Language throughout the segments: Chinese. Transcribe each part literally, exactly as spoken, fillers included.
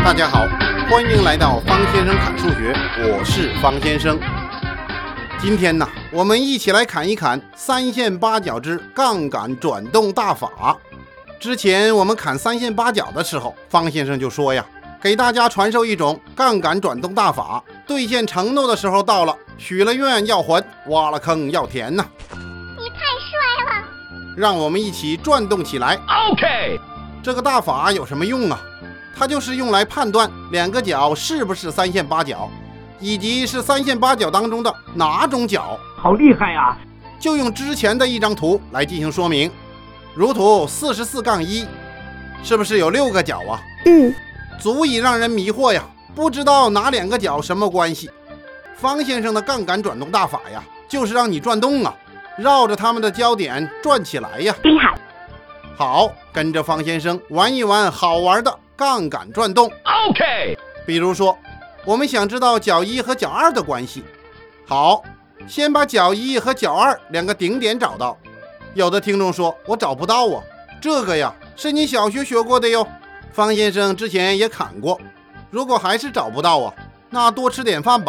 大家好，欢迎来到方先生侃数学，我是方先生。今天呢，我们一起来侃一侃三线八角之杠杆转动大法。之前我们侃三线八角的时候，方先生就说呀，给大家传授一种杠杆转动大法，兑现承诺的时候到了，许了愿要还，挖了坑要填呢。 你太帅了， 让我们一起转动起来。 OK， 这个大法有什么用啊？它就是用来判断两个角是不是三线八角，以及是三线八角当中的哪种角。 好厉害呀！ 就用之前的一张图来进行说明。如图四十四杠一，是不是有六个角啊？ 嗯， 足以让人迷惑呀，不知道哪两个角什么关系。方先生的杠杆转动大法呀，就是让你转动啊，绕着他们的焦点转起来呀。 厉害！ 好，跟着方先生玩一玩好玩的杠杆转动。 OK， 比如说，我们想知道角一和角二的关系。好，先把角一和角二两个顶点找到。有的听众说我找不到啊，这个呀是你小学学过的哟，方先生之前也侃过。如果还是找不到啊，那多吃点饭吧。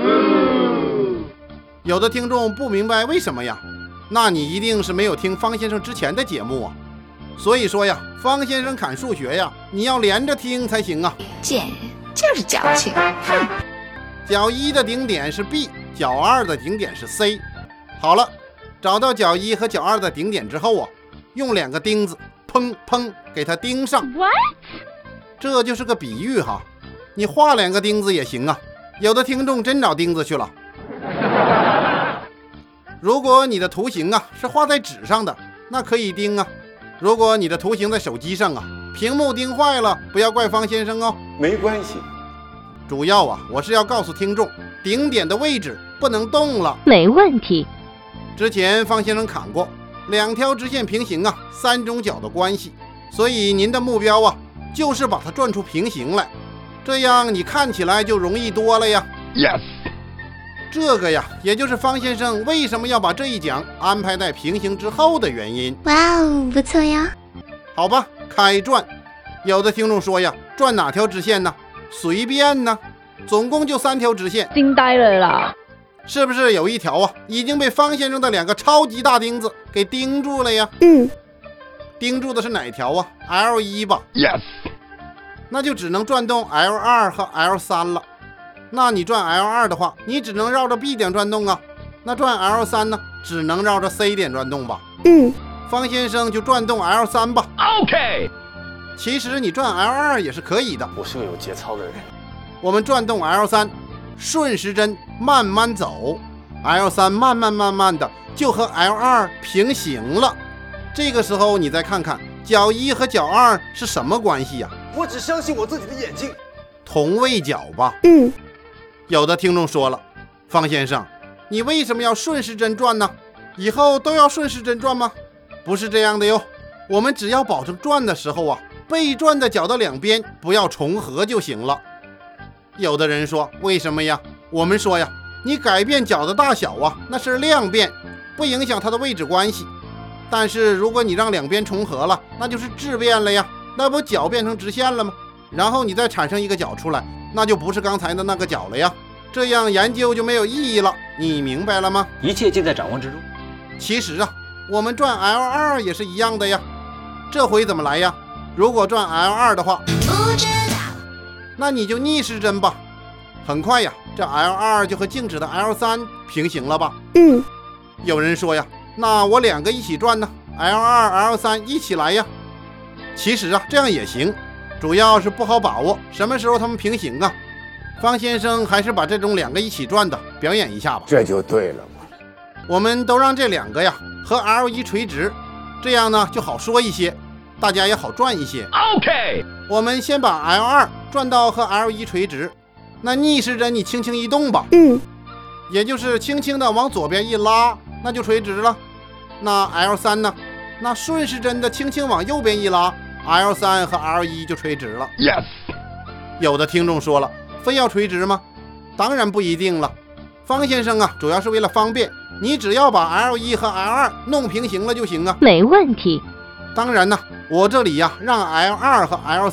有的听众不明白为什么呀，那你一定是没有听方先生之前的节目啊。所以说呀，方先生侃数学呀，你要连着听才行啊。 贱人就是矫情，哼！ 角一的顶点是 B， 角二的顶点是 C。 好了，找到角一和角二的顶点之后啊，用两个钉子砰砰给它钉上。 What？ 这就是个比喻哈，你画两个钉子也行啊。有的听众真找钉子去了。如果你的图形啊是画在纸上的，那可以钉啊。如果你的图形在手机上啊，屏幕钉坏了，不要怪方先生哦。 没关系， 主要啊，我是要告诉听众，顶点的位置不能动了。 没问题。 之前方先生侃过，两条直线平行啊，三种角的关系，所以您的目标啊，就是把它转出平行来，这样你看起来就容易多了呀。 Yes， 这个呀，也就是方先生为什么要把这一讲安排在平行之后的原因。 哇哦，不错呀。 好吧，开转。有的听众说呀，转哪条直线呢？随便呢，总共就三条直线。 惊呆了啦！ 是不是有一条啊，已经被方先生的两个超级大钉子给钉住了呀？ 嗯， 钉住的是哪条啊 ？L 一 吧。 Yes， 那就只能转动 L 二 和 L 三 了。那你转 L 二 的话，你只能绕着 B 点转动啊。那转 L 三 呢，只能绕着 C 点转动吧。 嗯， 方先生就转动 L 三 吧。 OK， 其实你转 L 二 也是可以的。 我是个有节操的人。 我们转动 L 三，顺时针慢慢走 ，L 三 慢慢慢慢的就和 L 二 平行了。这个时候你再看看角一和角二是什么关系呀？ 我只相信我自己的眼睛。 同位角吧。 嗯， 有的听众说了，方先生，你为什么要顺时针转呢？以后都要顺时针转吗？不是这样的哟，我们只要保证转的时候啊，被转的角的两边不要重合就行了。有的人说，为什么呀？我们说呀，你改变角的大小啊，那是量变，不影响它的位置关系。但是如果你让两边重合了，那就是质变了呀，那不角变成直线了吗？然后你再产生一个角出来，那就不是刚才的那个角了呀，这样研究就没有意义了，你明白了吗？ 一切尽在掌握之中。 其实啊，我们转 L 二 也是一样的呀。这回怎么来呀？如果转 L 二 的话， 不知道。 那你就逆时针吧。很快呀，这 L 二 就和静止的 L 三 平行了吧？ 嗯， 有人说呀，那我两个一起转呢 ，L 二 L 三 一起来呀。其实啊，这样也行，主要是不好把握什么时候它们平行啊。方先生还是把这种两个一起转的表演一下吧。 这就对了嘛。 我们都让这两个呀和 L 一 垂直，这样呢就好说一些，大家也好转一些。 OK， 我们先把 L 二 转到和 L 一 垂直，那逆时针你轻轻一动吧， 嗯， 也就是轻轻的往左边一拉，那就垂直了。那 L 三 呢？那顺时针的轻轻往右边一拉， L 三 和 L 一 就垂直了。 Yes， 有的听众说了，非要垂直吗？当然不一定了。方先生啊，主要是为了方便，你只要把 L 一 和 L 二 弄平行了就行啊。 没问题。 当然呢，我这里呀、啊、让 L 二 和 L 三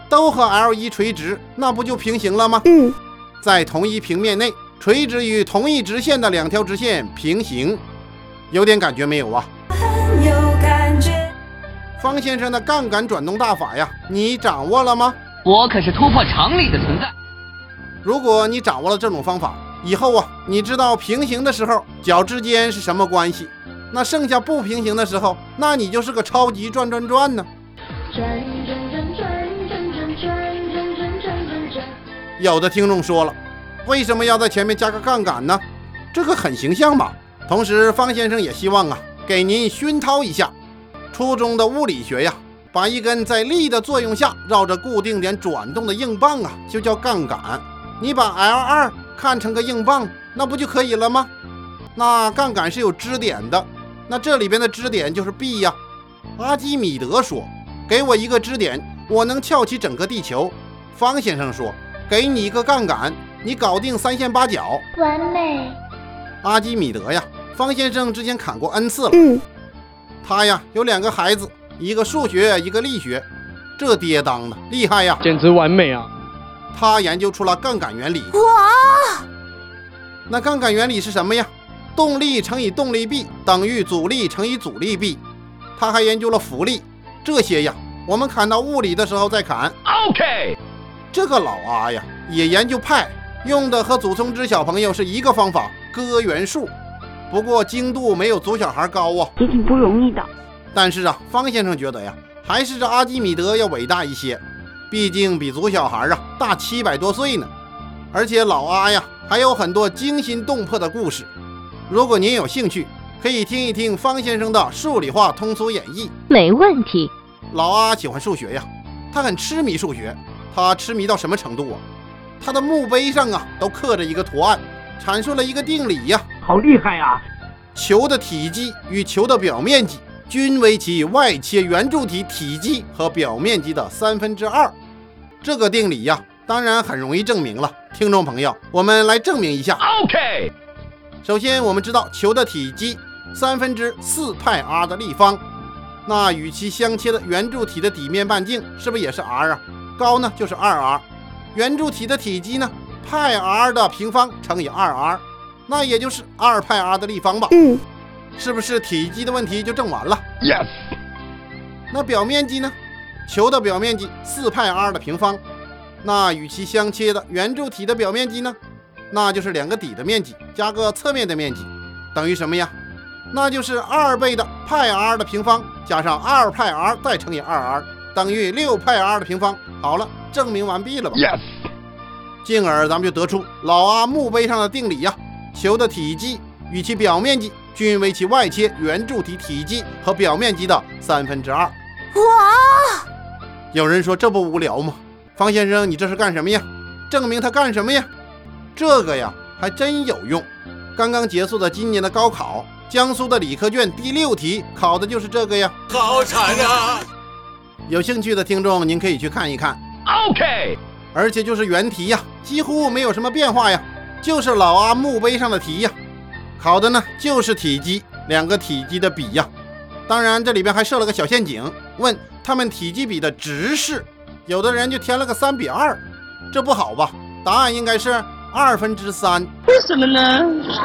都和 L 一 垂直，那不就平行了吗？ 嗯， 在同一平面内，垂直与同一直线的两条直线平行，有点感觉没有啊？ 很有感觉。 方先生的杠杆转动大法呀，你掌握了吗？ 我可是突破常理的存在。 如果你掌握了这种方法，以后啊，你知道平行的时候角之间是什么关系，那剩下不平行的时候，那你就是个超级转转转呢。 转转转转转转转转转转转。 有的听众说了，为什么要在前面加个杠杆呢？这个很形象嘛。同时，方先生也希望啊，给您熏陶一下初中的物理学呀，把一根在力的作用下绕着固定点转动的硬棒啊，就叫杠杆。你把 L 二 看成个硬棒，那不就可以了吗？那杠杆是有支点的，那这里边的支点就是 B 呀。阿基米德说，给我一个支点，我能撬起整个地球。方先生说，给你一个杠杆，你搞定三线八角， 完美。 阿基米德呀，方先生之前砍过 N 次了。 嗯， 他呀有两个孩子，一个数学，一个力学，这爹当的厉害呀， 简直完美啊！ 他研究出了杠杆原理。 哇！ 那杠杆原理是什么呀？动力乘以动力 B 等于阻力乘以阻力 B。他还研究了浮力，这些呀，我们砍到物理的时候再砍。 OK。 这个老阿呀，也研究派，用的和祖冲之小朋友是一个方法，割圆数。不过精度没有祖小孩高啊， 也挺不容易的。 但是啊，方先生觉得呀，还是这阿基米德要伟大一些，毕竟比祖小孩啊大七百多岁呢。而且老阿呀还有很多惊心动魄的故事。如果您有兴趣，可以听一听方先生的数理化通俗演绎。 没问题。 老阿喜欢数学呀，他很痴迷数学。他痴迷到什么程度啊？他的墓碑上啊都刻着一个图案，阐述了一个定理呀。 好厉害呀！ 球的体积与球的表面积均为其外切圆柱体体积和表面积的三分之二。这个定理呀，当然很容易证明了。听众朋友，我们来证明一下。 OK。 首先，我们知道球的体积三分之四派 r 的立方，那与其相切的圆柱体的底面半径是不是也是 r 啊？高呢就是 二 r， 圆柱体的体积呢派 r 的平方乘以 二 r， 那也就是二派 r 的立方吧。 嗯， 是不是体积的问题就证完了？ Yes。 那表面积呢？球的表面积四派 r 的平方，那与其相切的圆柱体的表面积呢？那就是两个底的面积加个侧面的面积，等于什么呀？那就是二倍的派 r 的平方加上二派 r 再乘以 二 r， 等于六派 r 的平方。好了，证明完毕了吧？ Yes。 进而咱们就得出老阿墓碑上的定理呀，球的体积与其表面积均为其外切圆柱体体积和表面积的三分之二。 哇！ 有人说这不无聊吗？方先生，你这是干什么呀？证明他干什么呀？这个呀还真有用。刚刚结束的今年的高考，江苏的理科卷第六题考的就是这个呀。 好惨啊！ 有兴趣的听众您可以去看一看。 OK。 而且就是原题呀，几乎没有什么变化呀，就是老阿墓碑上的题呀。考的呢就是体积，两个体积的比呀。当然这里边还设了个小陷阱，问他们体积比的值是，有的人就填了个三比二，这不好吧？答案应该是二分之三。 为什么呢？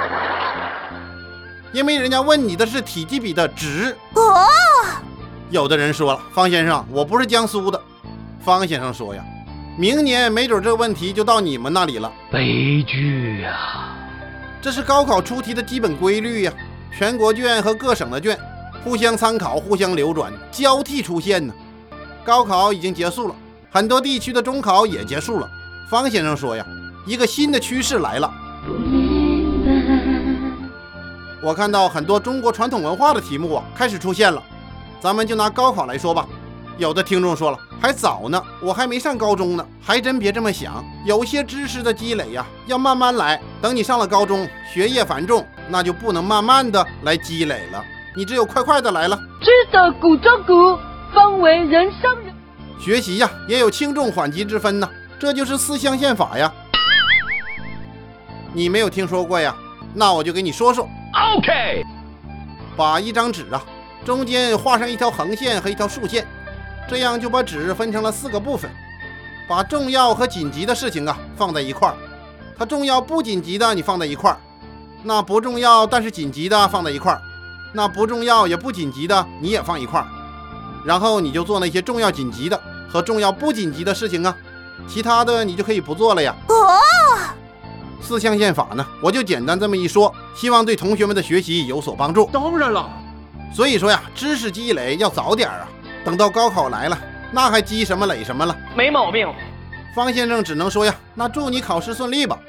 因为人家问你的是体积比的值。 哦， 有的人说了，方先生，我不是江苏的。方先生说呀，明年没准这个问题就到你们那里了。 悲剧呀！ 这是高考出题的基本规律呀，全国卷和各省的卷互相参考，互相流转，交替出现呢。高考已经结束了，很多地区的中考也结束了。方先生说呀，一个新的趋势来了。我看到很多中国传统文化的题目啊开始出现了。咱们就拿高考来说吧，有的听众说了，还早呢，我还没上高中呢。还真别这么想，有些知识的积累呀，要慢慢来。等你上了高中，学业繁重，那就不能慢慢的来积累了，你只有快快的来了。 知得古中古，方为人上人。 学习呀，也有轻重缓急之分呢，这就是四象限法呀。你没有听说过呀？那我就给你说说。 OK。 把一张纸啊，中间画上一条横线和一条竖线，这样就把纸分成了四个部分。 把重要和紧急的事情啊放在一块儿，它重要不紧急的你放在一块儿，那不重要但是紧急的放在一块儿，那不重要也不紧急的你也放一块儿，然后你就做那些重要紧急的和重要不紧急的事情啊，其他的你就可以不做了呀。 哦， 四象限法呢，我就简单这么一说，希望对同学们的学习有所帮助。 当然了， 所以说呀，知识积累要早点啊，等到高考来了，那还积什么累什么了？ 没毛病。 方先生只能说呀，那祝你考试顺利吧。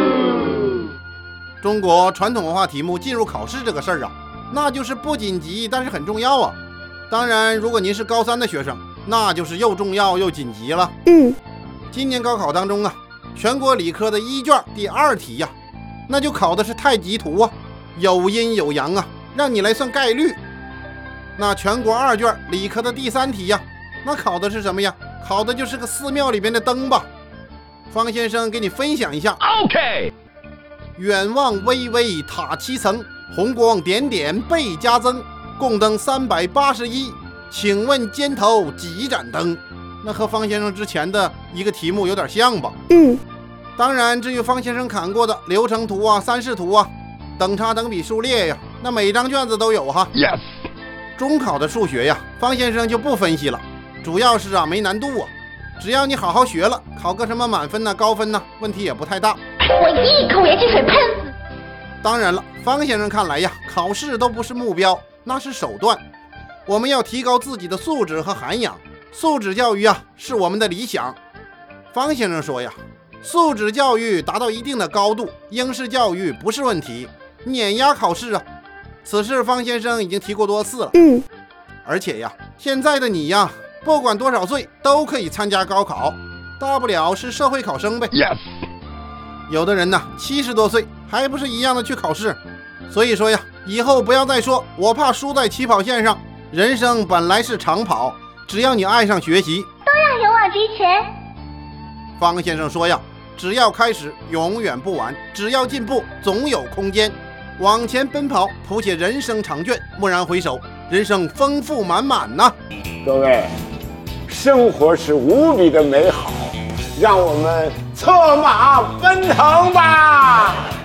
中国传统文化题目进入考试这个事儿啊，那就是不紧急，但是很重要啊。当然，如果您是高三的学生，那就是又重要又紧急了。 嗯， 今年高考当中啊，全国理科的一卷第二题呀、啊，那就考的是太极图啊，有阴有阳啊，让你来算概率。那全国二卷理科的第三题呀、啊，那考的是什么呀？考的就是个寺庙里边的灯吧。方先生给你分享一下。 OK。 远望巍巍塔七层，红光点点倍加增，共灯三百八十一，请问尖头几盏灯？那和方先生之前的一个题目有点像吧？ 嗯。 当然，至于方先生看过的流程图啊、三视图啊、等差等比数列呀，那每张卷子都有哈。 Yes。 中考的数学呀，方先生就不分析了，主要是啊没难度啊，只要你好好学了，考个什么满分呢、高分呢，问题也不太大。 我一口盐汽水喷死！ 当然了，方先生看来呀，考试都不是目标，那是手段。我们要提高自己的素质和涵养，素质教育啊是我们的理想。方先生说呀，素质教育达到一定的高度，应试教育不是问题，碾压考试啊。此事方先生已经提过多次了。 嗯， 而且呀，现在的你呀，不管多少岁都可以参加高考，大不了是社会考生呗。 Yes。 有的人呢，七十多岁还不是一样的去考试。所以说呀，以后不要再说我怕输在起跑线上。人生本来是长跑，只要你爱上学习， 都要勇往直前。 方先生说呀，只要开始，永远不晚；只要进步，总有空间。往前奔跑，谱写人生长卷，蓦然回首，人生丰富满满呐、啊。 各位，生活是无比的美好，让我们策马奔腾吧！